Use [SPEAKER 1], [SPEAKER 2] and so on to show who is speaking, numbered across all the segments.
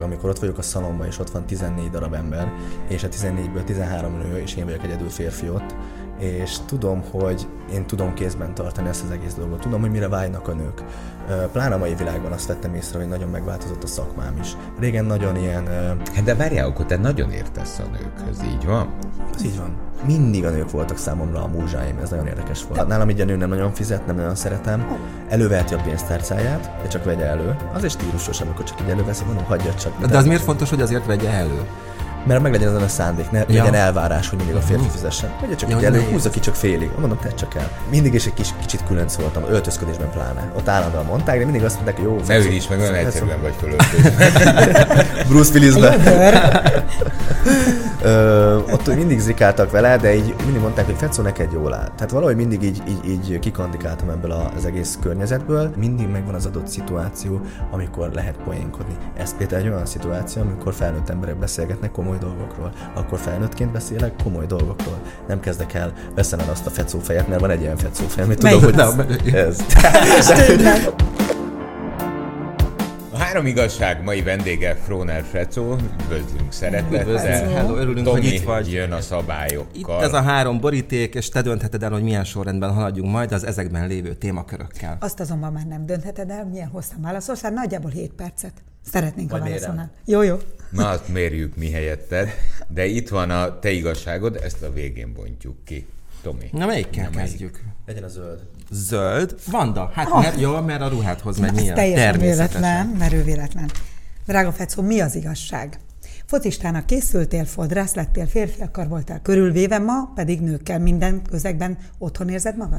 [SPEAKER 1] amikor ott vagyok a szalomban, és ott van 14 darab ember, és a 14-ből 13 nő, és én vagyok egyedül férfi ott, és tudom, hogy én tudom kézben tartani ezt az egész dolgot. Tudom, hogy mire vágynak a nők. Pláne a mai világban azt vettem észre, hogy nagyon megváltozott a szakmám is. Régen nagyon ilyen...
[SPEAKER 2] De várjál, akkor te nagyon értesz a nőkhöz, így van?
[SPEAKER 1] Ez így van. Mindig a nők voltak számomra a múzsáim, ez nagyon érdekes volt. Nálam így a nő nem nagyon fizet, nem nagyon szeretem. Előveheti a pénztárcáját, de csak vegye elő. Az is stílusos, amikor csak így előveszi, mondom, hagyja csak.
[SPEAKER 3] De az miért fontos, hogy azért vegye elő?
[SPEAKER 1] Mert meg legyen azon a szándék, ne legyen elvárás, hogy mindig a férfi fizessen. Vagy csak így elő, húzza ki csak félig. Mondom, tedd csak el. Mindig is egy kicsit különc voltam, öltözködésben pláne. Ott állandóan mondták, de mindig azt mondták, hogy jó.
[SPEAKER 2] Ne ülj is meg, olyan egyszerűen vagy fölöltözve.
[SPEAKER 1] Bruce Willisbe. Ott mindig zikáltak vele, de így mindig mondták, hogy Fecó, neked jól áll. Tehát valahogy mindig így kikandikáltam ebből az egész környezetből. Mindig megvan az adott szituáció, amikor lehet poénkodni. Ez például egy olyan szituáció, amikor felnőtt emberek beszélgetnek komoly dolgokról. Akkor felnőttként beszélek komoly dolgokról. Nem kezdek el veszenem azt a fecófejet, mert van egy ilyen fecófej, amit tudom, hogy ez.
[SPEAKER 2] A Három igazság mai vendége Froner Fecó, üdvözlünk szeretettel.
[SPEAKER 3] Hello, örülünk,
[SPEAKER 2] Tomi,
[SPEAKER 3] hogy itt vagy.
[SPEAKER 2] Jön a szabályokkal.
[SPEAKER 3] Itt ez a 3 boríték, és te döntheted el, hogy milyen sorrendben haladjunk majd az ezekben lévő témakörökkel.
[SPEAKER 4] Azt azonban már nem döntheted el, milyen hosszan válaszolsz, hát nagyjából 7 percet. Szeretnénk a
[SPEAKER 1] Vagy
[SPEAKER 4] válaszolnál. Jó.
[SPEAKER 2] Na, azt mérjük mi helyetted, de itt van a te igazságod, ezt a végén bontjuk ki. Tomi.
[SPEAKER 3] Na, melyikkel kezdjük?
[SPEAKER 1] Legyen a zöld.
[SPEAKER 3] Zöld? Vanda, hát mert a ruhádhoz megy milyen?
[SPEAKER 4] Teljesen véletlen, mert ő véletlen. Drága Fecó, mi az igazság? Focistának készültél, fodrász lettél, férfiakkal voltál körülvéve, ma pedig nőkkel minden közegben otthon érzed magad?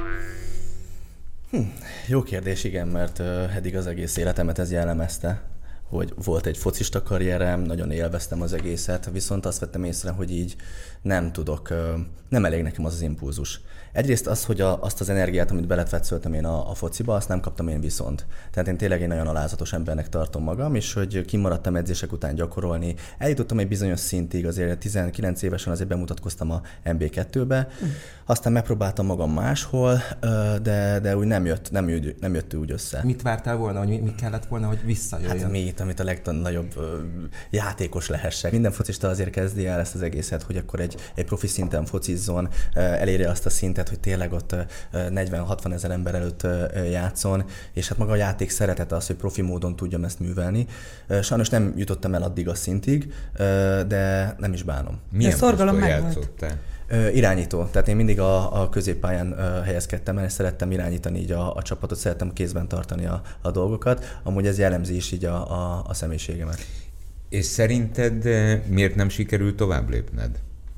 [SPEAKER 1] Jó kérdés, igen, mert eddig az egész életemet ez jellemezte, hogy volt egy focista karrierem, nagyon élveztem az egészet, viszont azt vettem észre, hogy így nem tudok, nem elég nekem az impulzus. Egyrészt az, hogy azt az energiát, amit beletvetszöltem én a fociba, azt nem kaptam én viszont. Tehát én tényleg egy nagyon alázatos embernek tartom magam, és hogy kimaradtam edzések után gyakorolni. Eljutottam egy bizonyos szintig, azért 19 évesen azért bemutatkoztam a MB2-be, aztán megpróbáltam magam máshol, de úgy nem jött úgy össze.
[SPEAKER 3] Mit vártál volna, hogy mi kellett volna, hogy visszajöjjön?
[SPEAKER 1] Hát amit a legnagyobb játékos lehessek. Minden focista azért kezdi el ezt az egészet, hogy akkor egy profi szinten focizzon, elérje azt a szintet, hogy tényleg ott 40-60 ezer ember előtt játszon, és hát maga a játék szeretete az, hogy profi módon tudjam ezt művelni. Sajnos nem jutottam el addig a szintig, de nem is bánom.
[SPEAKER 2] Milyen poszton játszottál?
[SPEAKER 1] Irányító. Tehát én mindig a középpályán helyezkedtem el, és szerettem irányítani így a csapatot, szerettem kézben tartani a dolgokat. Amúgy ez jellemzi is így a személyiségemet.
[SPEAKER 2] És szerinted miért nem sikerült tovább lépned?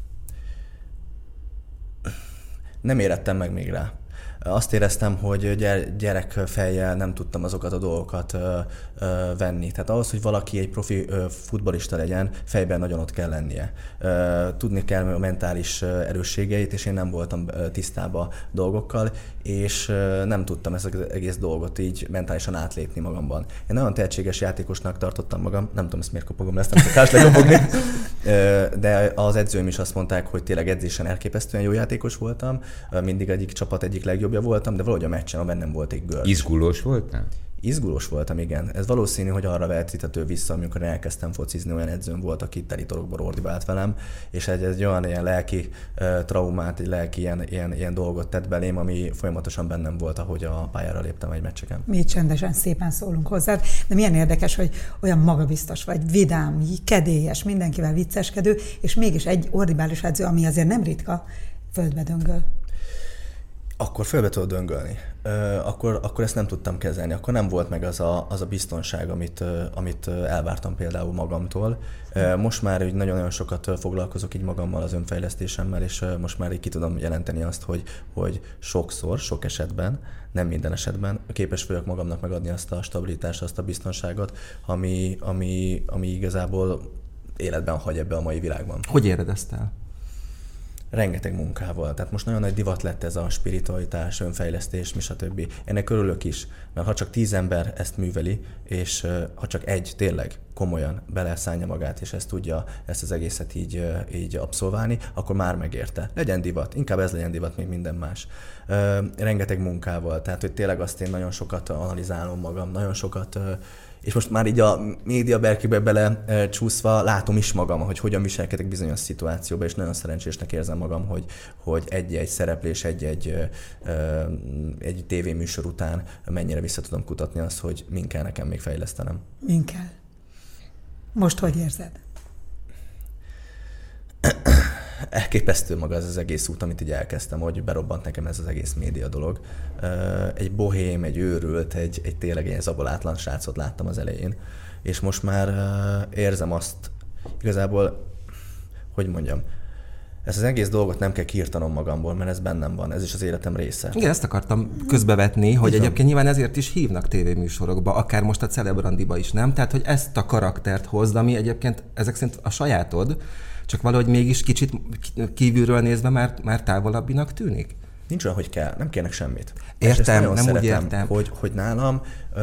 [SPEAKER 1] Nem érettem meg még rá. Azt éreztem, hogy gyerekfejjel nem tudtam azokat a dolgokat venni. Tehát ahhoz, hogy valaki egy profi futballista legyen, fejben nagyon ott kell lennie. Tudni kell a mentális erősségeit, és én nem voltam tisztában dolgokkal, és nem tudtam ezt az egész dolgot így mentálisan átlépni magamban. Én nagyon tehetséges játékosnak tartottam magam, nem tudom, ezt miért kopogom, ezt nem szokás lekopogni, de az edzőim is azt mondták, hogy tényleg edzésen elképesztően jó játékos voltam, mindig egyik csapat egyik legjobbja voltam, de valahogy a meccsen bennem volt egy görcs.
[SPEAKER 2] Izgulós voltál?
[SPEAKER 1] Izgulós voltam, igen. Ez valószínű, hogy arra vehető vissza, amikor elkezdtem focizni, olyan edzőm volt, aki teli torokba ordibált velem, és egy olyan ilyen lelki traumát, egy lelki ilyen dolgot tett belém, ami folyamatosan bennem volt, ahogy a pályára léptem egy meccseken.
[SPEAKER 4] Mi csendesen szépen szólunk hozzád, de milyen érdekes, hogy olyan magabiztos vagy, vidám, kedélyes, mindenkivel vicceskedő, és mégis egy ordibális edző, ami azért nem ritka, földbe döngöl.
[SPEAKER 1] Akkor fölbe tudod döngölni. Akkor ezt nem tudtam kezelni. Akkor nem volt meg az a biztonság, amit elvártam például magamtól. Most már úgy nagyon-nagyon sokat foglalkozok így magammal, az önfejlesztésemmel, és most már így ki tudom jelenteni azt, hogy sokszor, sok esetben, nem minden esetben képes vagyok magamnak megadni azt a stabilitást, azt a biztonságot, ami igazából életben hagy ebbe a mai világban.
[SPEAKER 3] Hogy éred ezt el?
[SPEAKER 1] Rengeteg munkával. Tehát most nagyon nagy divat lett ez a spiritualitás, önfejlesztés, stb. Ennek örülök is, mert ha csak 10 ember ezt műveli, és ha csak egy tényleg komolyan beleszánja magát, és ezt tudja ezt az egészet így abszolválni, akkor már megérte. Legyen divat, inkább ez legyen divat, még minden más. Rengeteg munkával, tehát hogy tényleg azt én nagyon sokat analizálom magam, nagyon sokat És most már így a média berkébe bele csúszva látom is magam, hogy hogyan viselkedek bizonyos szituációban, és nagyon szerencsésnek érzem magam, hogy egy-egy szereplés, egy tévéműsor után mennyire vissza tudom kutatni azt, hogy min kell nekem még fejlesztenem.
[SPEAKER 4] Min kell? Most hogy érzed?
[SPEAKER 1] Elképesztő maga ez az egész út, amit így elkezdtem, hogy berobbant nekem ez az egész média dolog. Egy bohém, egy őrült, egy tényleg ilyen zabolátlan srácot láttam az elején, és most már érzem azt, igazából, hogy mondjam, ezt az egész dolgot nem kell kiirtanom magamból, mert ez bennem van, ez is az életem része.
[SPEAKER 3] Igen, ezt akartam közbevetni, hogy egyébként nyilván ezért is hívnak tévéműsorokba, akár most a Celebrandiba is, nem? Tehát, hogy ezt a karaktert hozd, ami egyébként ezek szerint a sajátod, csak valahogy mégis kicsit kívülről nézve már távolabbinak tűnik?
[SPEAKER 1] Nincs olyan, hogy kell, nem kérnek semmit.
[SPEAKER 3] Értem, nem
[SPEAKER 1] szeretem,
[SPEAKER 3] úgy értem.
[SPEAKER 1] Hogy nálam,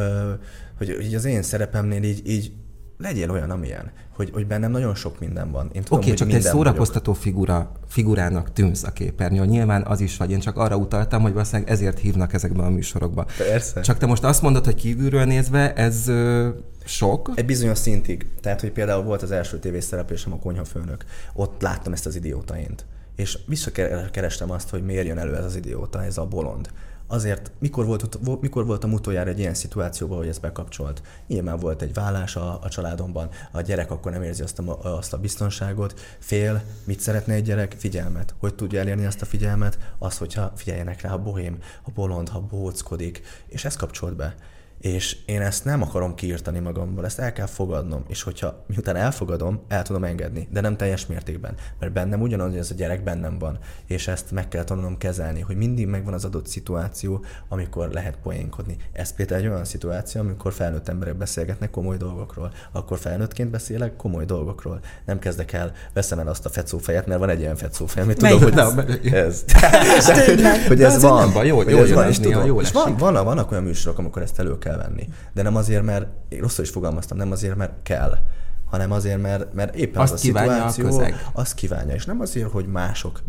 [SPEAKER 1] hogy az én szerepemnél így legyél olyan, amilyen. Hogy bennem nagyon sok minden van.
[SPEAKER 3] Oké, csak egy szórakoztató figurának tűnsz a képernyőn. Nyilván az is vagy. Én csak arra utaltam, hogy valószínűleg ezért hívnak ezekben a műsorokba.
[SPEAKER 1] Persze.
[SPEAKER 3] Csak te most azt mondod, hogy kívülről nézve ez sok?
[SPEAKER 1] Egy bizonyos szintig. Tehát, hogy például volt az első tévészereplésem, a Konyhafőnök. Ott láttam ezt az idiótaint. És visszakerestem azt, hogy miért jön elő ez az idióta, ez a bolond. Azért, mikor voltam utoljára egy ilyen szituációban, hogy ez bekapcsolt? Nyilván volt egy vállás a családomban, a gyerek akkor nem érzi azt a biztonságot, fél, mit szeretne egy gyerek? Figyelmet. Hogy tudja elérni azt a figyelmet? Az, hogyha figyeljenek rá a bohém, a bolond, ha bóckodik, és ez kapcsolt be. És én ezt nem akarom kiírtani magamból, ezt el kell fogadnom, és hogyha miután elfogadom, el tudom engedni, de nem teljes mértékben, mert bennem ugyanaz, hogy ez a gyerek bennem van, és ezt meg kell tanulnom kezelni, hogy mindig megvan az adott szituáció, amikor lehet poénkodni. Ez például egy olyan szituáció, amikor felnőtt emberek beszélgetnek komoly dolgokról, akkor felnőttként beszélek komoly dolgokról. Nem kezdek el, veszem el azt a fecófejet, mert van egy ilyen fecófej, amit tudom, hogy ez. Hogy ez van.
[SPEAKER 3] Jó,
[SPEAKER 1] és vannak olyan műsorok, amikor ezt elő kell venni. De nem azért, mert én rosszul is fogalmaztam, nem azért, mert kell, hanem azért, mert éppen
[SPEAKER 3] azt
[SPEAKER 1] az a szituáció,
[SPEAKER 3] a
[SPEAKER 1] azt kívánja, és nem azért, hogy mások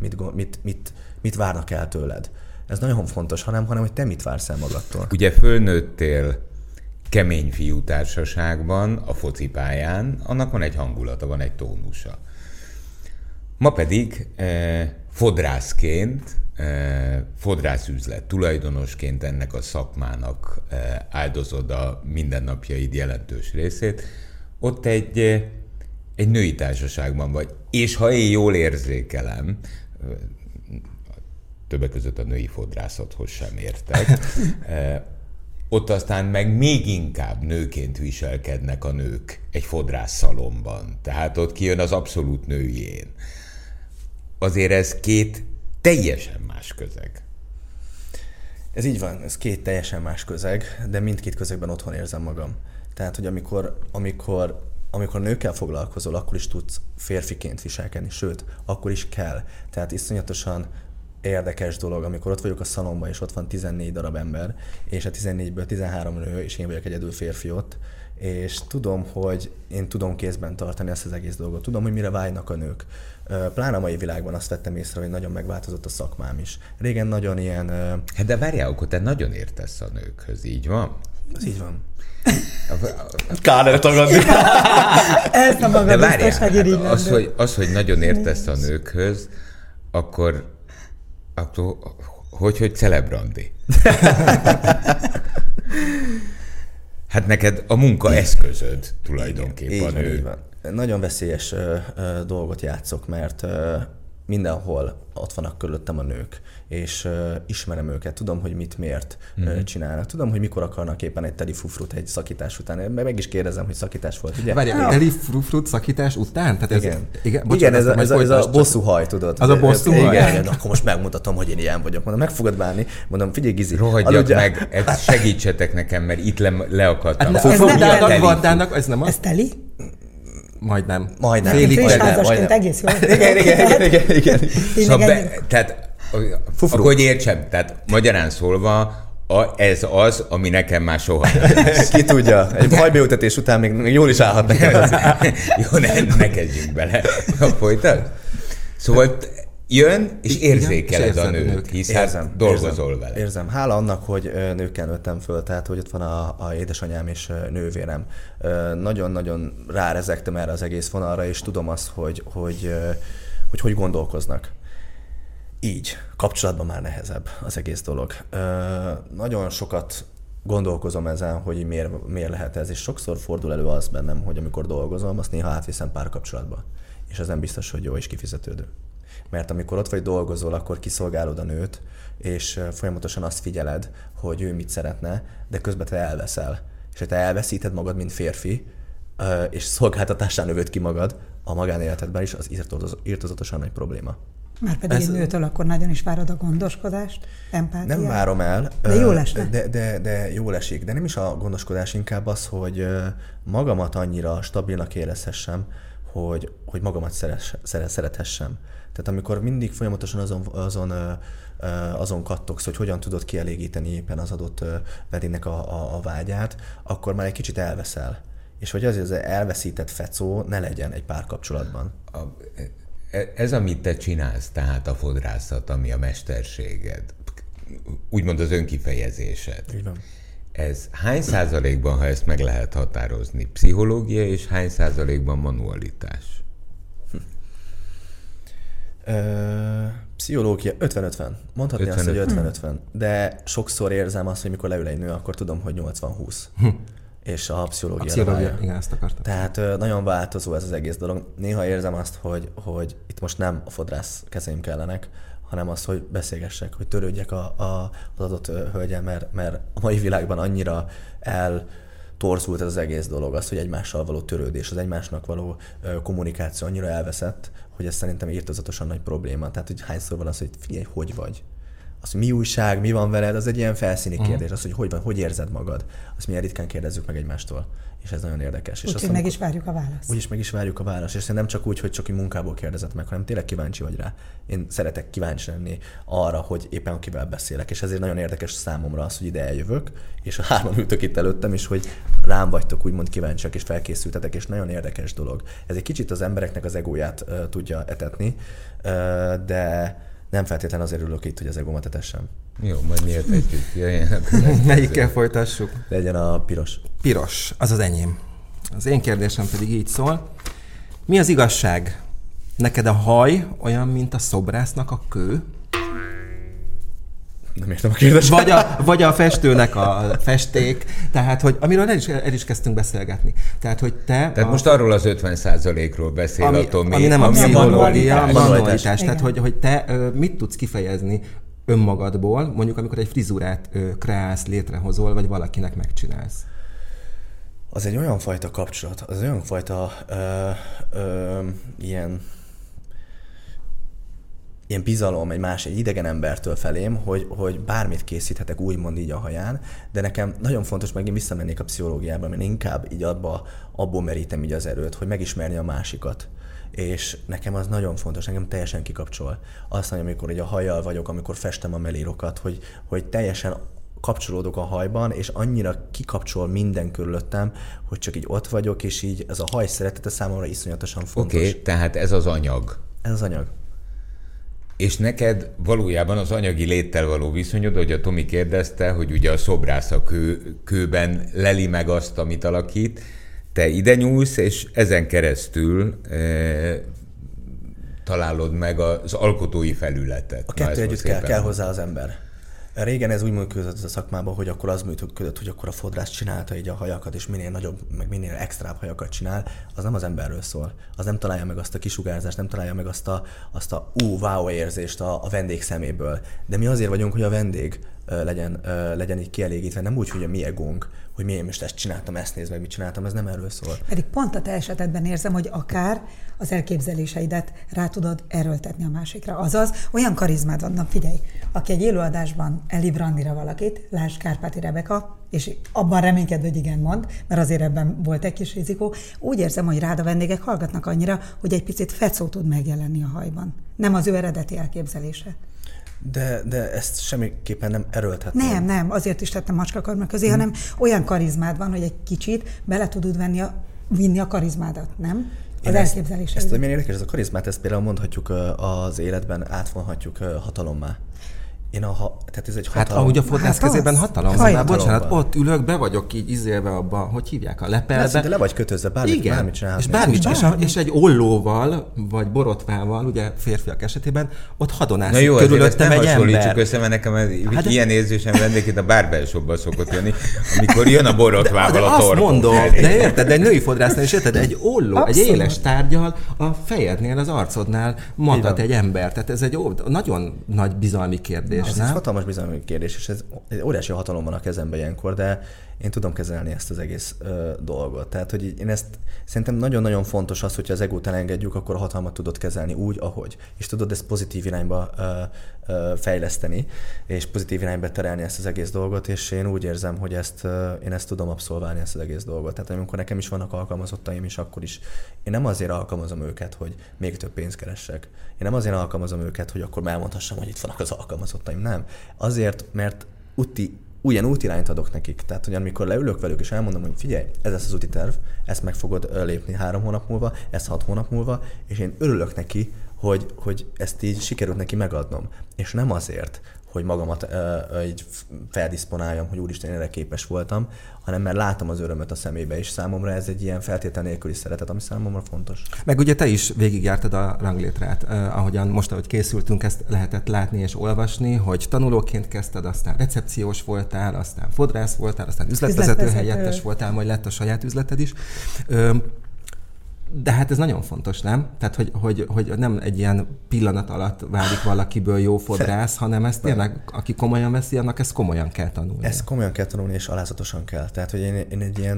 [SPEAKER 1] mit várnak el tőled. Ez nagyon fontos, hanem hogy te mit vársz el magadtól.
[SPEAKER 2] Ugye fölnőttél kemény fiú társaságban, a focipályán, annak van egy hangulata, van egy tónusa. Ma pedig fodrászként, fodrászüzlet tulajdonosként ennek a szakmának áldozod a mindennapjaid jelentős részét, ott egy női társaságban vagy. És ha én jól érzékelem, többek között a női fodrászathoz sem értek, ott aztán meg még inkább nőként viselkednek a nők egy fodrászszalonban. Tehát ott kijön az abszolút női én. Azért ez két teljesen más közeg.
[SPEAKER 1] Ez így van, ez két teljesen más közeg, de mindkét közegben otthon érzem magam. Tehát, hogy amikor nőkkel foglalkozol, akkor is tudsz férfiként viselkedni, sőt, akkor is kell. Tehát iszonyatosan érdekes dolog, amikor ott vagyok a szalomban, és ott van 14 darab ember, és a 14-ből 13 nő, és én vagyok egyedül férfi ott, és tudom, hogy én tudom kézben tartani ezt az egész dolgot. Tudom, hogy mire vágynak a nők. Pláne a mai világban azt vettem észre, hogy nagyon megváltozott a szakmám is. Régen nagyon ilyen...
[SPEAKER 2] Hát de várjál, akkor te nagyon értesz a nőkhöz, így van?
[SPEAKER 1] Az így van. Kár eltagadni.
[SPEAKER 4] Ez a maga
[SPEAKER 2] biztonsági az, hogy nagyon értesz a nőkhöz, akkor hogy Celebrandi? Hát neked a munka eszközöd tulajdonképpen.
[SPEAKER 1] Igen, így van. Nagyon veszélyes dolgot játszok, mert mindenhol ott vannak körülöttem a nők, és ismerem őket, tudom, hogy miért csinálnak, tudom, hogy mikor akarnak éppen egy teli frufrut egy szakítás után. Meg is kérdezem, hogy szakítás volt, ugye?
[SPEAKER 3] Várjál, teli frufrut szakítás után? Tehát
[SPEAKER 1] igen, ez a bosszúhaj, tudod.
[SPEAKER 3] Az a bosszúhaj?
[SPEAKER 1] Igen, akkor most megmutatom, hogy én ilyen vagyok. Mondom, meg fogod bánni. Mondom, figyelj, Gizi.
[SPEAKER 2] Rohadjak meg, segítsetek nekem, mert itt leakadtam.
[SPEAKER 3] Ez nem az?
[SPEAKER 4] Ez teli?
[SPEAKER 3] Majdnem.
[SPEAKER 4] Félházasként egész jól.
[SPEAKER 1] Igen.
[SPEAKER 2] Szóval tehát, akkor hogy értsem, tehát magyarán szólva, ez az, ami nekem már soha nem lesz.
[SPEAKER 1] Ki tudja, egy hajbeültetés után még jól is állhat nekem.
[SPEAKER 2] Jó, ne kezdjünk bele. Folytat? Szóval jön, és érzékeled a nőt, hisz dolgozol vele.
[SPEAKER 1] Érzem. Hála annak, hogy nőkkel nőttem föl, tehát hogy ott van a édesanyám és nővérem. Nagyon-nagyon rárezektem erre az egész vonalra, és tudom azt, hogy gondolkoznak. Így. Kapcsolatban már nehezebb az egész dolog. Nagyon sokat gondolkozom ezen, hogy miért lehet ez, és sokszor fordul elő az bennem, hogy amikor dolgozom, azt néha átviszem párkapcsolatba. És ez nem biztos, hogy jó és kifizetődő. Mert amikor ott vagy dolgozol, akkor kiszolgálod a nőt, és folyamatosan azt figyeled, hogy ő mit szeretne, de közben te elveszel. És ha te elveszíted magad, mint férfi, és szolgáltatásán övöd ki magad, a magánéletedben is az irtózatosan nagy probléma.
[SPEAKER 4] Márpedig egy nőtől akkor nagyon is várod a gondoskodást, empátiát.
[SPEAKER 1] Nem várom el.
[SPEAKER 4] De jól esne.
[SPEAKER 1] De jól esik. De nem is a gondoskodás, inkább az, hogy magamat annyira stabilnak érezhessem, hogy magamat szerethessem. Tehát amikor mindig folyamatosan azon kattogsz, hogy hogyan tudod kielégíteni éppen az adott vedének a vágyát, akkor már egy kicsit elveszel. És hogy az elveszített fecó ne legyen egy párkapcsolatban.
[SPEAKER 2] Ez, amit te csinálsz, tehát a fodrászat, ami a mesterséged, úgymond az önkifejezésed.
[SPEAKER 1] Így van.
[SPEAKER 2] Ez hány százalékban, ha ezt meg lehet határozni, pszichológia, és hány százalékban manualitás?
[SPEAKER 1] Pszichológia 50-50. Mondhatni 50-50. Azt, hogy 50-50. De sokszor érzem azt, hogy mikor leül egy nő, akkor tudom, hogy 80-20. És a pszichológia
[SPEAKER 3] igen, ezt akartam.
[SPEAKER 1] Tehát nagyon változó ez az egész dolog. Néha érzem azt, hogy itt most nem a fodrász kezeim kellenek, hanem az, hogy beszélgessek, hogy törődjek az adott hölgyel, mert a mai világban annyira eltorzult ez az egész dolog, az, hogy egymással való törődés, az egymásnak való kommunikáció annyira elveszett, hogy ez szerintem irtózatosan nagy probléma. Tehát, hogy hányszor van az, hogy figyelj, hogy vagy? Az, hogy mi újság, mi van veled, az egy ilyen felszíni kérdés. Az, hogy van, hogy érzed magad, azt milyen ritkán kérdezzük meg egymástól. És ez nagyon érdekes.
[SPEAKER 4] Úgyhogy meg is várjuk a választ.
[SPEAKER 1] Úgyis meg is várjuk a választ. És nem csak úgy, hogy csak munkából kérdezett meg, hanem tényleg kíváncsi vagy rá. Én szeretek kíváncsi lenni arra, hogy éppen akivel beszélek. És ezért nagyon érdekes számomra az, hogy ide eljövök, és a hárman ültök itt előttem, és hogy rám vagytok úgymond kíváncsiak, és felkészültetek, és nagyon érdekes dolog. Ez egy kicsit az embereknek az egóját tudja etetni, de nem feltétlenül azért ülök itt, hogy az egómat etessem.
[SPEAKER 2] Jó, majd mi etetjük.
[SPEAKER 3] Melyikkel folytassuk?
[SPEAKER 1] Legyen a piros.
[SPEAKER 3] Piros, az az enyém. Az én kérdésem pedig így szól. Mi az igazság? Neked a haj olyan, mint a szobrásznak a kő?
[SPEAKER 1] Nem értem a kérdést.
[SPEAKER 3] Vagy a festőnek a festék, tehát, hogy amiről el is kezdtünk beszélgetni. Tehát, hogy
[SPEAKER 2] Tehát most arról az 50%-ról beszél a Tomi.
[SPEAKER 3] Ami nem a pszichológia, a manualitás. Tehát, hogy te mit tudsz kifejezni önmagadból, mondjuk amikor egy frizurát kreálsz, létrehozol, vagy valakinek megcsinálsz?
[SPEAKER 1] Az egy olyan fajta kapcsolat, az olyan fajta ilyen bizalom egy idegen embertől felém, hogy bármit készíthetek úgymond így a haján, de nekem nagyon fontos, meg én visszamennék a pszichológiába, mert inkább így abból merítem így az erőt, hogy megismerni a másikat. És nekem az nagyon fontos, engem teljesen kikapcsol. Aztán, amikor így a hajjal vagyok, amikor festem a melírokat, hogy teljesen kapcsolódok a hajban, és annyira kikapcsol minden körülöttem, hogy csak így ott vagyok, és így ez a haj szeretete számomra iszonyatosan fontos.
[SPEAKER 2] Oké, tehát ez az anyag.
[SPEAKER 1] Ez az anyag.
[SPEAKER 2] És neked valójában az anyagi léttel való viszonyod, hogy a Tomi kérdezte, hogy ugye a szobrász a kőben leli meg azt, amit alakít, te ide nyúlsz, és ezen keresztül találod meg az alkotói felületet.
[SPEAKER 1] A kettő együtt kell hozzá az ember. Régen ez úgy működött a szakmában, hogy akkor az működött, hogy akkor a fodrász csinálta így a hajakat, és minél nagyobb, meg minél extrább hajakat csinál, az nem az emberről szól. Az nem találja meg azt a kisugárzást, nem találja meg azt a wow érzést a vendég szeméből. De mi azért vagyunk, hogy a vendég legyen így kielégítve, nem úgy, hogy a mi egónk, hogy mi én most ezt csináltam, ezt nézd meg, mit csináltam, ez nem erről szól.
[SPEAKER 4] Pedig pont a te esetedben érzem, hogy akár az elképzeléseidet rá tudod erőltetni a másikra. Azaz, olyan karizmád van, na figyelj, aki egy élőadásban elhív randira valakit, lásd Kárpáti Rebeka, és abban reménykedve, hogy igen mond, mert azért ebben volt egy kis rizikó, úgy érzem, hogy rád a vendégek hallgatnak annyira, hogy egy picit fecó tud megjelenni a hajban. Nem az ő eredeti elképzelése.
[SPEAKER 1] De ezt semmiképpen nem erőltetném.
[SPEAKER 4] Nem, azért is tettem macskakarma közé, hanem olyan karizmád van, hogy egy kicsit bele tudod vinni a karizmádat, nem? az elképzelésed.
[SPEAKER 1] Ezt milyen érdekes, ez a karizmát, ezt például mondhatjuk az életben, átfonhatjuk hatalommá. Tehát ez egy hatalom.
[SPEAKER 3] Hát ahogy a fodrász kezében hatalom van.
[SPEAKER 1] Hatalom.
[SPEAKER 3] Bocsánat, ott ülök, be vagyok így izélve abba, hogy hívják, a lepelbe.
[SPEAKER 1] De le vagy kötözve, bármit csinálhatsz.
[SPEAKER 3] És bármit, és egy ollóval, vagy borotvával, ugye férfiak esetében, ott hadonászik körülöttem egy ember.
[SPEAKER 2] Össze, mert nekem ilyen érzésem lennék, itt a Barbell Shopban szokott jönni, amikor jön a borotvával a torkom.
[SPEAKER 3] Azt mondom, de érted, de egy női fodrásznál is érted, egy olló, egy éles tárgyal a fejednél, az arcodnál magat egy ember. Tehát ez egy nagyon nagy bizalmi kérdés.
[SPEAKER 1] Ez egy hatalmas bizalmi kérdés, és ez egy óriási hatalom van a kezemben ilyenkor, de én tudom kezelni ezt az egész dolgot. Tehát, hogy én ezt szerintem nagyon-nagyon fontos az, hogyha az egót elengedjük, akkor a hatalmat tudod kezelni úgy, ahogy. És tudod ezt pozitív irányba fejleszteni, és pozitív irányba terelni ezt az egész dolgot, és én úgy érzem, hogy én ezt tudom abszolválni, ezt az egész dolgot. Tehát amikor nekem is vannak alkalmazottaim is, akkor is én nem azért alkalmazom őket, hogy még több pénzt keressek. Én nem azért alkalmazom őket, hogy akkor elmondhassam, hogy itt vannak az alkalmazottaim. Nem. Azért, mert ugyan útirányt adok nekik. Tehát, hogy amikor leülök velük, és elmondom, hogy figyelj, ez lesz az úti terv, ezt meg fogod lépni 3 hónap múlva, ezt 6 hónap múlva, és én örülök neki, hogy ezt így sikerült neki megadnom. És nem azért, hogy magamat így feldisponáljam, hogy úristen, én erre képes voltam, hanem mert látom az örömöt a szemébe, és számomra ez egy ilyen feltétel nélküli szeretet, ami számomra fontos.
[SPEAKER 3] Meg ugye te is végigjártad a ranglétrát, ahogyan most, ahogy készültünk, ezt lehetett látni és olvasni, hogy tanulóként kezdted, aztán recepciós voltál, aztán fodrász voltál, aztán üzletvezető helyettes voltál, majd lett a saját üzleted is. De hát ez nagyon fontos, nem? Tehát, hogy nem egy ilyen pillanat alatt válik valakiből jó fodrász, hanem ezt tényleg, aki komolyan veszi, annak ezt komolyan kell tanulni.
[SPEAKER 1] Ezt komolyan kell tanulni, és alázatosan kell. Tehát, hogy én egy ilyen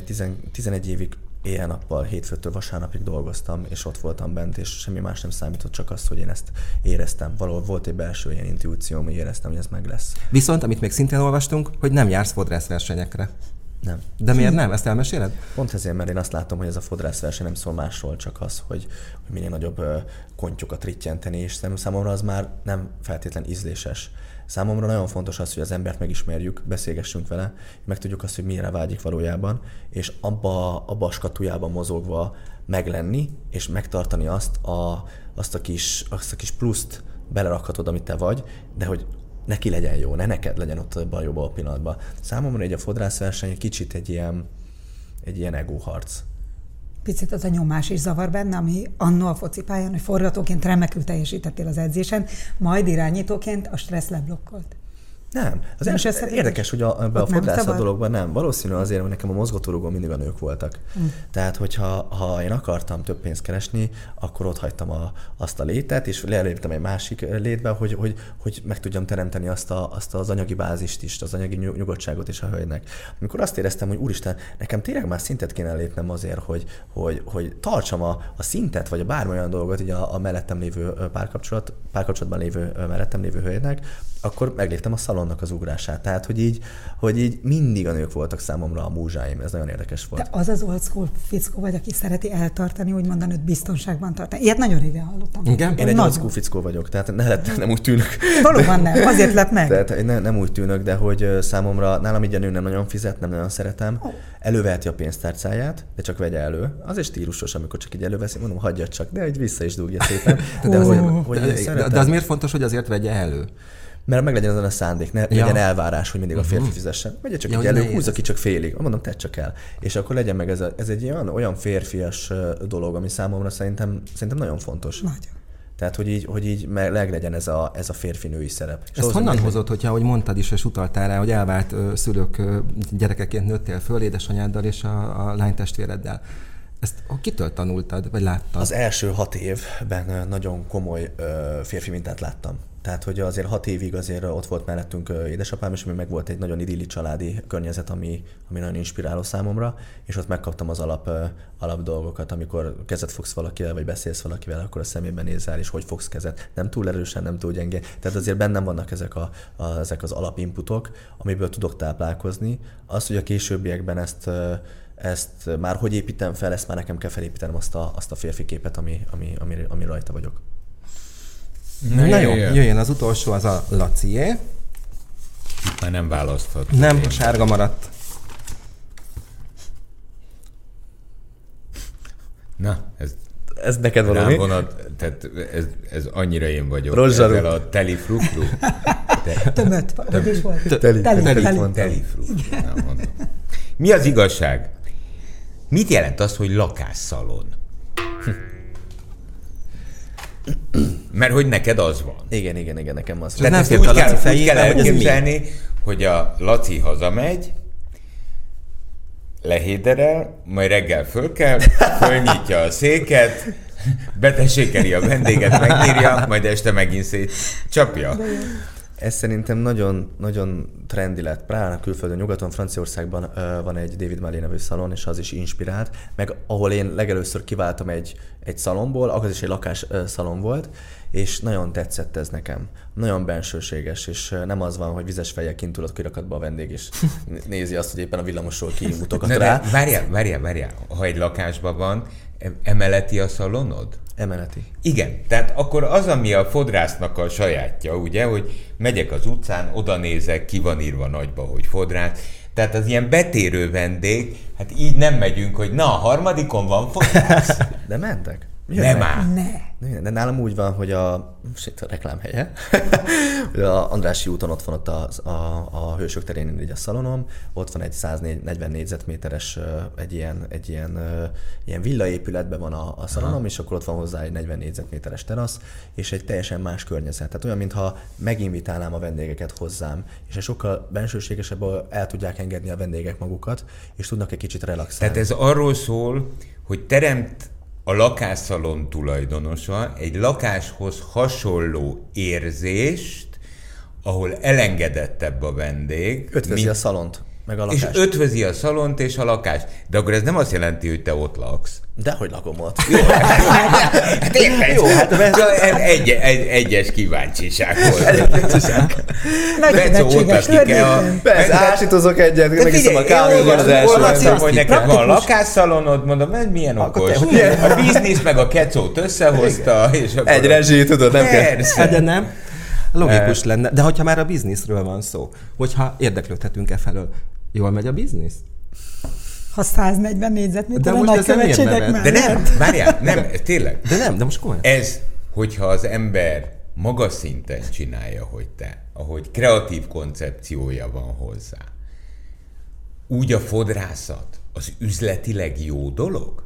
[SPEAKER 1] 11 évig éjjel-nappal, hétfőtől vasárnapig dolgoztam, és ott voltam bent, és semmi más nem számított, csak azt, hogy én ezt éreztem. Valahol volt egy belső ilyen intuícióm, hogy éreztem, hogy ez meg lesz.
[SPEAKER 3] Viszont, amit még szintén olvastunk, hogy nem jársz fodrászversenyekre.
[SPEAKER 1] Nem.
[SPEAKER 3] De miért nem? Ezt elmeséled?
[SPEAKER 1] Pont ezért, mert én azt látom, hogy ez a fodrászverseny nem szól másról, csak az, hogy minél nagyobb kontyokat rittyenteni, és számomra az már nem feltétlen ízléses. Számomra nagyon fontos az, hogy az embert megismerjük, beszélgessünk vele, megtudjuk azt, hogy mire vágyik valójában, és abba a skatujában mozogva meglenni, és megtartani azt a kis pluszt belerakhatod, amit te vagy, de hogy neki legyen jó, ne neked legyen ott abban a jobb a pillanatban. Számomra egy a fodrászverseny egy kicsit egy ilyen egóharc.
[SPEAKER 4] Picit az a nyomás is zavar benne, ami annó a focipályán, hogy forgatóként remekül teljesítettél az edzésen, majd irányítóként a stressz leblokkolt.
[SPEAKER 1] Nem. Az érdekes, hogy ebben a fodrászat dologban nem. Valószínű azért, hogy nekem a mozgatórugón mindig a nők voltak. Tehát, hogyha én akartam több pénzt keresni, akkor ott hagytam azt a létet, és leléptem egy másik létbe, hogy meg tudjam teremteni azt az anyagi bázist is, az anyagi nyugodtságot is a hölgynek. Amikor azt éreztem, hogy úristen, nekem tényleg már szintet kéne lépnem azért, hogy tartsam a szintet, vagy a bármilyen dolgot így a mellettem lévő párkapcsolatban lévő mellettem lévő hölgynek, akkor megléptem a szalonnak az ugrását. Tehát, hogy így mindig a nők voltak számomra a múzsáim. Ez nagyon érdekes volt.
[SPEAKER 4] De az az old school fickó vagy, aki szereti eltartani, úgymond a nőt biztonságban tartani. Ilyet nagyon régen hallottam.
[SPEAKER 3] Igen?
[SPEAKER 1] Én egy old school fickó vagyok, tehát nem úgy tűnök.
[SPEAKER 4] Valóban nem, azért lett meg.
[SPEAKER 1] Tehát nem úgy tűnök, de hogy számomra nálam így a nő nem nagyon fizet, nem nagyon szeretem. Előveheti a pénztárcáját, de csak vegye elő. Az egy stílusos, amikor csak így előveszi, mondom, hagyja csak, de hogy vissza is dugja szépen.
[SPEAKER 3] De az miért fontos, hogy azért vegye elő?
[SPEAKER 1] Mert meg legyen azon a szándék, ne legyen elvárás, hogy mindig a férfi fizessen. Vegye csak így elő, húzza ki csak félig. Mondom, tedd csak el. És akkor legyen meg ez egy olyan férfias dolog, ami számomra szerintem nagyon fontos.
[SPEAKER 4] Nagyon.
[SPEAKER 1] Tehát, hogy így legyen ez a férfi-női szerep.
[SPEAKER 3] Ezt honnan hozott, hogyha, ahogy mondtad is, és utaltál rá, hogy elvált szülők gyerekeként nőttél föl édesanyáddal és a lánytestvéreddel? Ezt kitől tanultad, vagy láttad?
[SPEAKER 1] Az első 6 évben nagyon komoly férfi mintát láttam. Tehát, hogy azért 6 évig azért ott volt mellettünk édesapám, és meg volt egy nagyon idilli családi környezet, ami nagyon inspiráló számomra, és ott megkaptam az alap dolgokat, amikor kezet fogsz valakivel, vagy beszélsz valakivel, akkor a szemében nézel, és hogy fogsz kezet. Nem túl erősen, nem túl gyengén. Tehát azért bennem vannak ezek az alapinputok, amiből tudok táplálkozni. Az, hogy a későbbiekben ezt már hogy építem fel, ezt már nekem kell felépítenem azt a férfi képet, ami rajta vagyok.
[SPEAKER 3] Na jó, jöjjön az utolsó, az a Lacié.
[SPEAKER 2] Már nem választhat.
[SPEAKER 3] Nem, sárga maradt.
[SPEAKER 2] Na,
[SPEAKER 1] Ez neked valami?
[SPEAKER 2] Tehát ez annyira én vagyok.
[SPEAKER 1] Rozsarú.
[SPEAKER 2] Ezzel a teli frufru.
[SPEAKER 4] Tömött, hogy is volt?
[SPEAKER 1] Teli
[SPEAKER 2] Frufru. Nem mondom. Mi az igazság? Mit jelent az, hogy lakásszalon? Mert hogy neked az van.
[SPEAKER 1] Igen, nekem az.
[SPEAKER 3] nem
[SPEAKER 2] Tehát ezt
[SPEAKER 3] fért a Laci
[SPEAKER 2] úgy
[SPEAKER 3] fejébe,
[SPEAKER 2] kell
[SPEAKER 3] hogy ez mi?
[SPEAKER 2] elképzelni, hogy a Laci hazamegy, lehéderel, majd reggel fölkel, fölnyitja a széket, betessékeli a vendéget, megnyírja, majd este megint szétcsapja.
[SPEAKER 1] Ez szerintem nagyon, nagyon trendi lett. Prágán, külföldön, nyugaton, Franciaországban van egy David Malé nevű szalon, és az is inspirált. Meg ahol én legelőször kiváltam egy szalomból, az is egy lakás szalon volt, és nagyon tetszett ez nekem. Nagyon bensőséges, és nem az van, hogy vizes fejjel kint ül a kirakatba a vendég, és nézi azt, hogy éppen a villamosról kimutogat rá.
[SPEAKER 2] Várjál, ha egy lakásban van, emeleti a szalonod?
[SPEAKER 1] Emeleti.
[SPEAKER 2] Igen, tehát akkor az, ami a fodrásznak a sajátja, ugye, hogy megyek az utcán, oda nézek, ki van írva nagyba, hogy fodrász, tehát az ilyen betérő vendég, hát így nem megyünk, hogy na, a harmadikon van fodrász.
[SPEAKER 1] De mentek?
[SPEAKER 2] Nem áll.
[SPEAKER 1] De nálam úgy van, hogy a reklámhelye, hogy a Andrássy úton ott van ott a Hősök terén így a szalonom, ott van egy 140 négyzetméteres egy ilyen villaépületben van a szalonom, és akkor ott van hozzá egy 40 négyzetméteres terasz, és egy teljesen más környezet. Tehát olyan, mintha meginvitálnám a vendégeket hozzám, és egy sokkal bensőségesebb, ahol el tudják engedni a vendégek magukat, és tudnak egy kicsit relaxálni.
[SPEAKER 2] Tehát ez arról szól, hogy teremt a lakásszalon tulajdonosa egy lakáshoz hasonló érzést, ahol elengedettebb a vendég.
[SPEAKER 1] Ötvözi a szalont, meg a lakást.
[SPEAKER 2] És ötvözi a szalont és a lakást. De akkor ez nem azt jelenti, hogy te ott laksz.
[SPEAKER 1] Dehogy lakom ott.
[SPEAKER 2] Jó, hát érted? Jó, hát egyes kíváncsiság volt. Becó, ott az kell.
[SPEAKER 1] Persze, ásítozok egyet, megiszom a kávét az első.
[SPEAKER 2] Olvastam, hogy neked van lakásszalonod, mondom, ez milyen okos. A biznisz meg a kecót összehozta, és akkor...
[SPEAKER 1] Egy rezsi, tudod, nem kell.
[SPEAKER 2] Persze.
[SPEAKER 3] De nem. Logikus lenne. De hogyha már a bizniszről van szó, hogyha érdeklődhetünk felől, jól megy a biznisz?
[SPEAKER 4] Ha 140 négyzetméter a
[SPEAKER 3] most
[SPEAKER 4] nagy
[SPEAKER 3] ezzel miért
[SPEAKER 4] követségek
[SPEAKER 3] nevet?
[SPEAKER 4] mellett.
[SPEAKER 2] De nem, várjál, nem, tényleg.
[SPEAKER 3] De most komolyan.
[SPEAKER 2] Ez, hogyha az ember magas szinten csinálja, hogy te, ahogy kreatív koncepciója van hozzá, úgy a fodrászat az üzletileg jó dolog?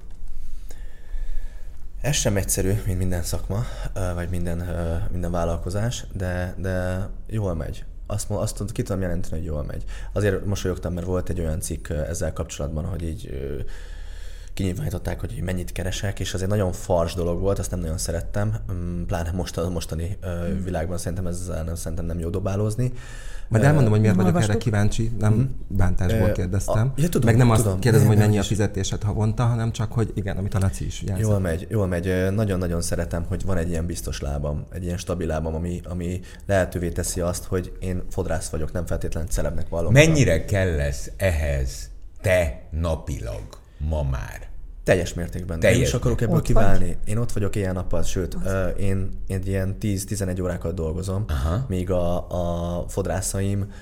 [SPEAKER 1] Ez sem egyszerű, mint minden szakma, vagy minden vállalkozás, de jól megy. Azt ki tudom jelenteni, hogy jól megy. Azért mosolyogtam, mert volt egy olyan cikk ezzel kapcsolatban, hogy így kinyilvánították, hogy mennyit keresek, és az egy nagyon fars dolog volt, azt nem nagyon szerettem, pláne a mostani világban szerintem nem jó dobálózni.
[SPEAKER 3] Majd elmondom, hogy miért vagyok erre kíváncsi, nem bántásból kérdeztem. Meg nem azt kérdezem, hogy mennyi a fizetésed havonta, hanem csak, hogy igen, amit a Laci is jelzett.
[SPEAKER 1] Jól megy. Nagyon-nagyon szeretem, hogy van egy ilyen biztos lábam, egy ilyen stabil lábam, ami lehetővé teszi azt, hogy én fodrász vagyok, nem feltétlenül celebnek vallom.
[SPEAKER 2] Mennyire kell lesz ehhez te napilag ma már?
[SPEAKER 1] Teljes mértékben. Nem is akarok ebből kiválni. Én ott vagyok éjjel-nappal, sőt, én ilyen 10-11 órákat dolgozom, míg a fodrászaim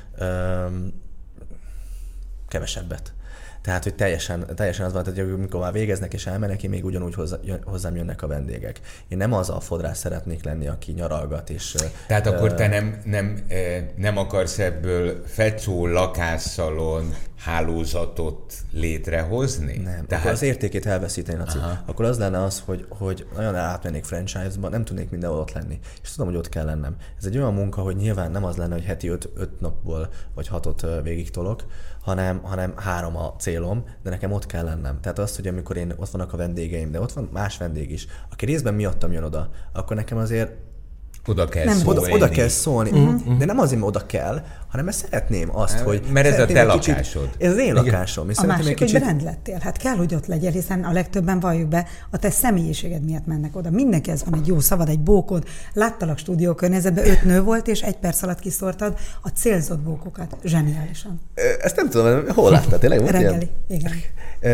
[SPEAKER 1] kevesebbet. Tehát, hogy teljesen az van, hogy amikor már végeznek és elmennek, én még ugyanúgy hozzám jönnek a vendégek. Én nem az a fodrász szeretnék lenni, aki nyaralgat és...
[SPEAKER 2] Tehát akkor te nem akarsz ebből fecó lakásszalon hálózatot létrehozni?
[SPEAKER 1] Nem, tehát... akkor az értékét elveszíteni, Laci. Akkor az lenne az, hogy nagyon átmennék franchise-ba, nem tudnék mindenhol ott lenni. És tudom, hogy ott kell lennem. Ez egy olyan munka, hogy nyilván nem az lenne, hogy heti 5 napból vagy 6-ot végig tolok, hanem 3 a célom, de nekem ott kell lennem. Tehát az, hogy amikor ott vannak a vendégeim, de ott van más vendég is, aki részben miattam jön oda, akkor nekem azért
[SPEAKER 2] oda kell
[SPEAKER 1] szólni. De nem azért, mert oda kell, hanem mert szeretném azt, hogy...
[SPEAKER 2] Mert ez a te lakásod.
[SPEAKER 1] Ez az én lakásom.
[SPEAKER 4] A másik, hogy brand lettél. Hát kell, hogy ott legyél, hiszen a legtöbben valljuk be, a te személyiséged miatt mennek oda. Mindenkihez van egy jó szavad, egy bókod. Láttalak stúdiókörnyezetben, 5 nő volt, és 1 perc alatt kiszórtad a célzott bókokat. Zseniálisan.
[SPEAKER 1] Ezt nem tudom, hol láttad? Tényleg?
[SPEAKER 4] Reggeli, igen.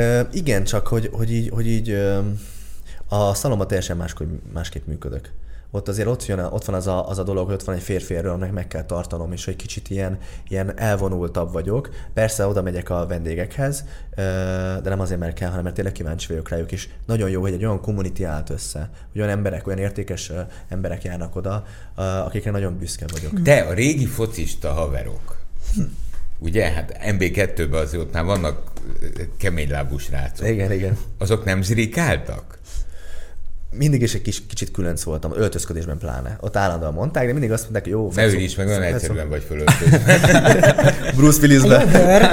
[SPEAKER 1] Igen, csak hogy így a szalomban teljesen másképp működök. ott azért ott van az a dolog, hogy ott van egy férfi erő, aminek meg kell tartanom, és egy kicsit ilyen elvonultabb vagyok. Persze oda megyek a vendégekhez, de nem azért, mert kell, hanem mert tényleg kíváncsi vagyok rájuk, és nagyon jó, hogy egy olyan community állt össze, hogy olyan emberek, olyan értékes emberek járnak oda, akikre nagyon büszke vagyok.
[SPEAKER 2] Te, a régi focista haverok, ugye? Hát MB2-ben azért ott már vannak keménylábú srácok.
[SPEAKER 1] Igen.
[SPEAKER 2] Azok nem zrikáltak?
[SPEAKER 1] Mindig is egy kicsit különc voltam, öltözködésben pláne. Ott állandóan mondták, de mindig azt mondták, hogy jó...
[SPEAKER 2] Ne őri is, meg olyan egyszerűen vagy fölöltözve.
[SPEAKER 1] Bruce Willisbe.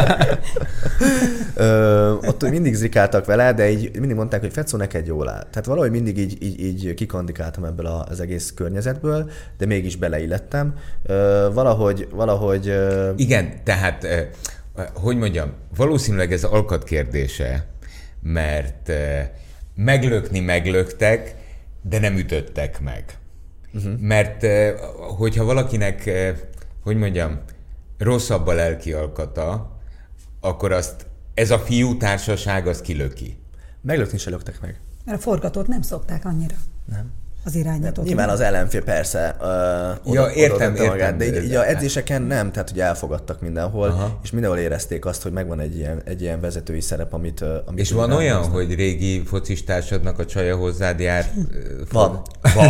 [SPEAKER 1] Ott mindig zrikáltak vele, de így mindig mondták, hogy Fecó, neked jól áll. Tehát valahogy mindig így kikandikáltam ebből az egész környezetből, de mégis beleillettem. Valahogy...
[SPEAKER 2] Igen, tehát, hogy mondjam, valószínűleg ez alkat kérdése, mert meglöktek, de nem ütöttek meg. Mert hogyha valakinek, hogy mondjam, rosszabb a lelki alkata, akkor azt ez a fiú társaság az kilöki.
[SPEAKER 1] Meglökni se löktek meg.
[SPEAKER 4] Mert a forgatót nem szokták annyira.
[SPEAKER 1] Nem.
[SPEAKER 4] Az irányítót.
[SPEAKER 1] Nyilván az ellenfél persze
[SPEAKER 2] értem,
[SPEAKER 1] magát, de így az edzéseken nem, tehát ugye elfogadtak mindenhol, és mindenhol érezték azt, hogy megvan egy ilyen vezetői szerep, amit
[SPEAKER 2] és van olyan, hoznak. Hogy régi focistársadnak a csaja hozzád jár?
[SPEAKER 1] Van.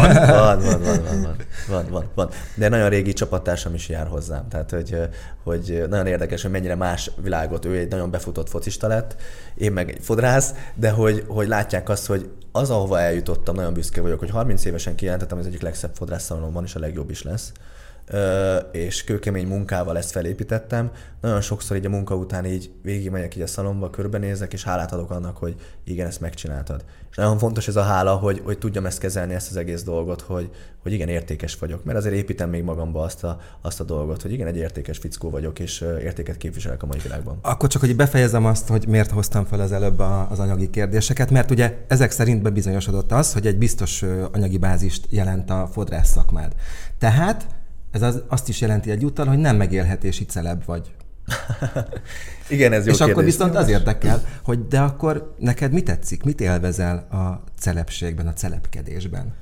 [SPEAKER 1] De nagyon régi csapattársam is jár hozzám. Tehát, hogy nagyon érdekes, hogy mennyire más világot. Ő egy nagyon befutott focista lett, én meg egy fodrász, de hogy látják azt, hogy az, ahova eljutottam, nagyon büszke vagyok, hogy 30 évesen kijelentettem, hogy az egyik legszebb fodrásszalonomban is a legjobb is lesz. És kőkemény munkával ezt felépítettem. Nagyon sokszor így a munka után így végigmegyek így a szalomba, körbenézek, és hálát adok annak, hogy igen, ezt megcsináltad. És nagyon fontos ez a hála, hogy tudjam ezt kezelni, ezt az egész dolgot, hogy igen, értékes vagyok. Mert azért építem még magamba azt a dolgot, hogy igen, egy értékes fickó vagyok, és értéket képviselek a mai világban.
[SPEAKER 3] Akkor csak, hogy befejezem azt, hogy miért hoztam fel az előbb az anyagi kérdéseket, mert ugye ezek szerint bebizonyosodott az, hogy egy biztos anyagi bázist jelent a fodrász szakmád. Tehát ez azt is jelenti egyúttal, hogy nem megélhetési celeb vagy.
[SPEAKER 1] Igen, ez jó
[SPEAKER 3] és
[SPEAKER 1] kérdés.
[SPEAKER 3] akkor viszont az érdekel, hogy de akkor neked mi tetszik, mit élvezel a celebségben, a celebkedésben?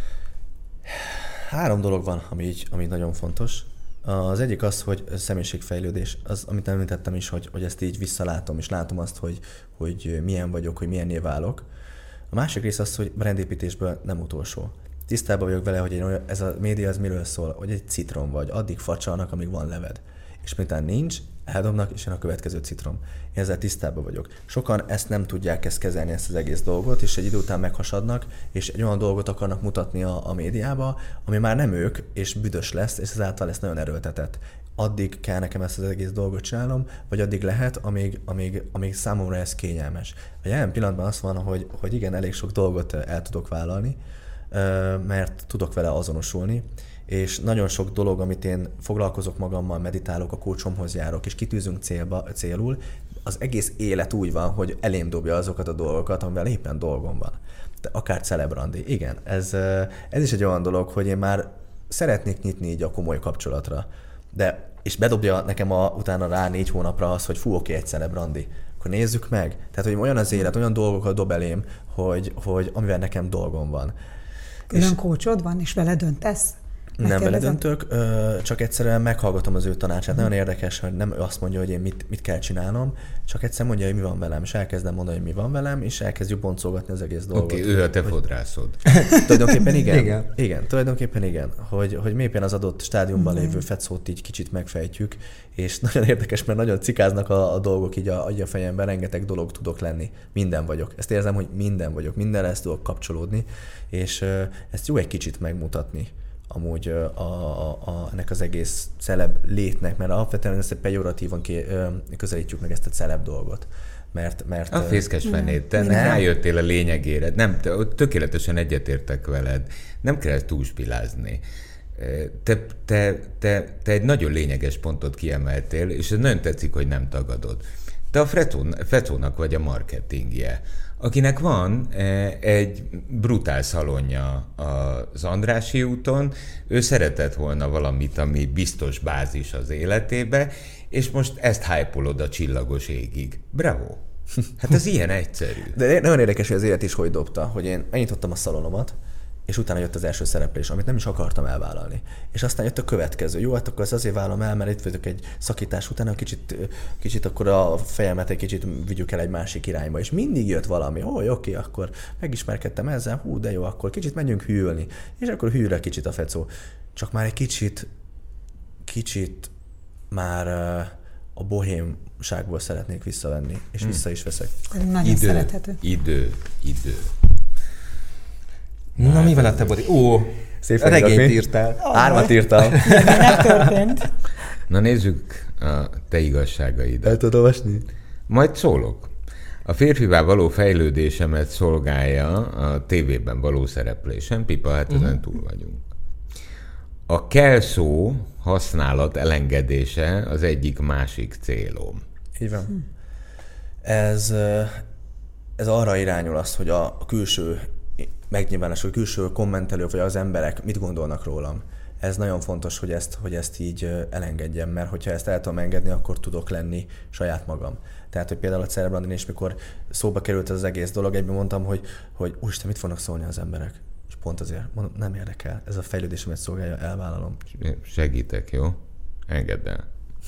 [SPEAKER 1] 3 dolog van, ami nagyon fontos. Az egyik az, hogy személyiségfejlődés, az, amit említettem is, hogy ezt így visszalátom, és látom azt, hogy milyen vagyok, hogy milyenné válok. A másik rész az, hogy brandépítésből nem utolsó. Tisztában vagyok vele, hogy ez a média az miről szól, hogy egy citrom vagy, addig facsalnak, amíg van leved. És miután nincs, eldobnak, és jön a következő citrom. Én ezzel tisztában vagyok. Sokan ezt nem tudják kezelni, ezt az egész dolgot, és egy idő után meghasadnak, és egy olyan dolgot akarnak mutatni a médiába, ami már nem ők, és büdös lesz, és ezáltal lesz nagyon erőltetett. Addig kell nekem ezt az egész dolgot csinálnom, vagy addig lehet, amíg számomra ez kényelmes. A jelen pillanatban az van, hogy igen, elég sok dolgot el tudok vállalni, mert tudok vele azonosulni, és nagyon sok dolog, amit én foglalkozok magammal, meditálok, a coachomhoz járok, és kitűzünk célul, az egész élet úgy van, hogy elém dobja azokat a dolgokat, amivel éppen dolgom van. De akár celebrandi. Igen, ez is egy olyan dolog, hogy én már szeretnék nyitni így a komoly kapcsolatra, és bedobja nekem utána rá 4 hónapra az, hogy oké, egy celebrandi. Akkor nézzük meg. Tehát, hogy olyan az élet, olyan dolgokat dob elém, hogy amivel nekem dolgom van.
[SPEAKER 4] Külön coachod van, és vele döntesz?
[SPEAKER 1] Nem vele döntök, csak egyszerűen meghallgatom az ő tanácsát. Nagyon érdekes, hogy nem ő azt mondja, hogy én mit kell csinálnom, csak egyszer mondja, hogy mi van velem, és elkezdem mondani, hogy mi van velem, és elkezdjük boncolgatni az egész dolgot.
[SPEAKER 2] Oké, ő a te fodrászod.
[SPEAKER 1] Tulajdonképpen igen. Igen, tulajdonképpen igen. Hogy éppen az adott stádiumban lévő Fecót így kicsit megfejtjük, és nagyon érdekes, mert nagyon cikáznak a dolgok így a fejemben, rengeteg dolog tudok lenni. Minden vagyok. Ezt érzem, hogy minden vagyok, mindenre ezt tudok kapcsolódni, és ezt jó egy kicsit megmutatni. Amúgy ennek az egész celeb létnek, mert alapvetően ezt pejoratívan közelítjük meg ezt a celeb dolgot. Mert
[SPEAKER 2] a fészkes fenét, te rájöttél a lényegére. Nem, tökéletesen egyetértek veled. Nem kell túlspilázni. Te egy nagyon lényeges pontot kiemeltél, és ez nagyon tetszik, hogy nem tagadod. Te a Fecónak vagy a marketingje, akinek van egy brutál szalonja az Andrássy úton, ő szeretett volna valamit, ami biztos bázis az életébe, és most ezt hype-olod a csillagos égig. Bravo! Hát ez ilyen egyszerű.
[SPEAKER 1] De nagyon érdekes, hogy az élet is hogy dobta, hogy én megnyitottam a szalonomat, és utána jött az első szereplés, amit nem is akartam elvállalni. És aztán jött a következő. Jó, hát akkor az azért vállalom el, mert itt vagyok egy szakítás után, kicsit akkor a fejemet egy kicsit vigyük el egy másik irányba. És mindig jött valami, oké, akkor megismerkedtem ezzel, de jó, akkor kicsit menjünk hűlni. És akkor hűl kicsit a Fecó. Csak már egy kicsit már a bohémságból szeretnék visszavenni, és vissza is veszek.
[SPEAKER 4] Nagyon szerethető.
[SPEAKER 2] Idő.
[SPEAKER 3] Na, mi van a te bodi?
[SPEAKER 1] Szép
[SPEAKER 3] regényt írtál.
[SPEAKER 1] 3 írtam.
[SPEAKER 4] Megtörtént.
[SPEAKER 2] Na nézzük a te igazságaidat.
[SPEAKER 1] El tudod olvasni?
[SPEAKER 2] Majd szólok. A férfivá való fejlődésemet szolgálja a tévében való szereplésem. Pipa, hát ezen túl vagyunk. A kell szó használat elengedése az egyik másik célom.
[SPEAKER 1] Így van. Ez arra irányul az, hogy a külső megnyilvánulás, a külső kommentelők vagy az emberek mit gondolnak rólam. Ez nagyon fontos, hogy ezt így elengedjem, mert hogyha ezt el tudom engedni, akkor tudok lenni saját magam. Tehát, hogy például a Cerebrandin is, mikor szóba került ez az egész dolog, egyben mondtam, hogy úristen, mit fognak szólni az emberek? És pont azért, mondom, nem érdekel, ez a fejlődésemet szolgálja, elvállalom.
[SPEAKER 2] Segítek, jó? Engedd el.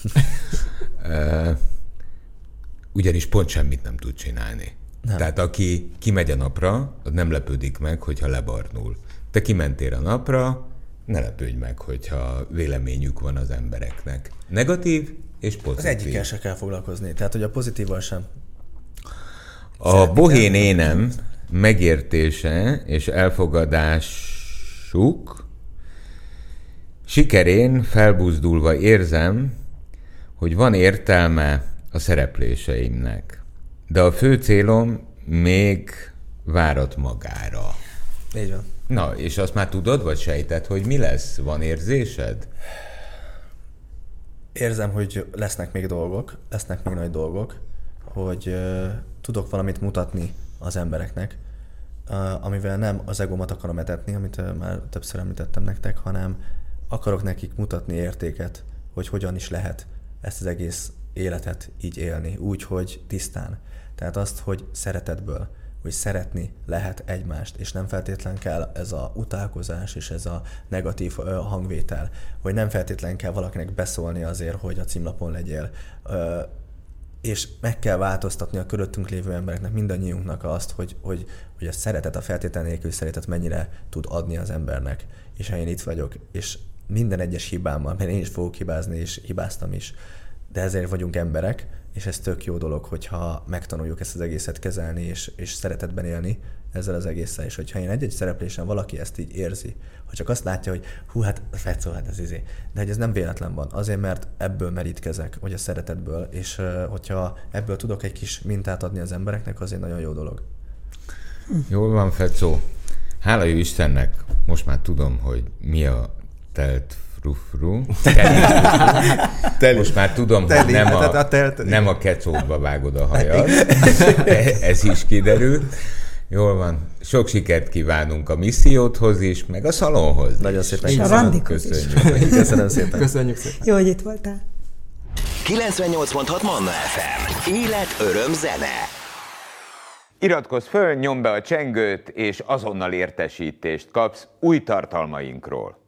[SPEAKER 2] Ugyanis pont semmit nem tud csinálni. Nem. Tehát aki kimegy a napra, az nem lepődik meg, hogyha lebarnul. Te kimentél a napra, ne lepődj meg, hogyha véleményük van az embereknek. Negatív és pozitív.
[SPEAKER 1] Az egyikkel se kell foglalkozni, tehát hogy a pozitívval sem.
[SPEAKER 2] A bohén énem megértése és elfogadásuk sikerén felbuzdulva érzem, hogy van értelme a szerepléseimnek. De a fő célom még várat magára.
[SPEAKER 1] Így van.
[SPEAKER 2] Na, és azt már tudod, vagy sejted, hogy mi lesz? Van érzésed?
[SPEAKER 1] Érzem, hogy lesznek még dolgok, lesznek még nagy dolgok, hogy tudok valamit mutatni az embereknek, amivel nem az egómat akarom etetni, amit már többször említettem nektek, hanem akarok nekik mutatni értéket, hogy hogyan is lehet ezt az egész életet így élni, úgy, hogy tisztán. Tehát azt, hogy szeretetből, hogy szeretni lehet egymást, és nem feltétlen kell ez a utálkozás és ez a negatív hangvétel, hogy nem feltétlen kell valakinek beszólni azért, hogy a címlapon legyél. És meg kell változtatni a körülöttünk lévő embereknek, mindannyiunknak azt, hogy a szeretet, a feltétel nélkül szeretet mennyire tud adni az embernek. És ha én itt vagyok, és minden egyes hibámmal, mert én is fogok hibázni, és hibáztam is, de ezért vagyunk emberek, és ez tök jó dolog, hogyha megtanuljuk ezt az egészet kezelni, és szeretetben élni ezzel az egésszel, és hogyha én egy-egy szereplésen valaki ezt így érzi, ha csak azt látja, hogy hát Fecó, hát ez izé, de hogy ez nem véletlen van, azért, mert ebből merítkezek, vagy a szeretetből, és hogyha ebből tudok egy kis mintát adni az embereknek, az egy nagyon jó dolog.
[SPEAKER 2] Jól van, Fecó. Hála jó Istennek, most már tudom, hogy mi a telt frufru. Most már tudom, hogy nem a kecóba vágod a hajat. Ez is kiderült. Jól van. Sok sikert kívánunk a missziódhoz is, meg a szalonhoz.
[SPEAKER 1] Nagyon szépen.
[SPEAKER 4] És a randikhoz is.
[SPEAKER 1] Köszönöm szépen.
[SPEAKER 3] Köszönjük szépen.
[SPEAKER 4] Jó, hogy itt voltál.
[SPEAKER 5] 98.6 Manna FM. Élet, öröm, zene.
[SPEAKER 6] Iratkozz föl, nyomd be a csengőt, és azonnal értesítést kapsz új tartalmainkról.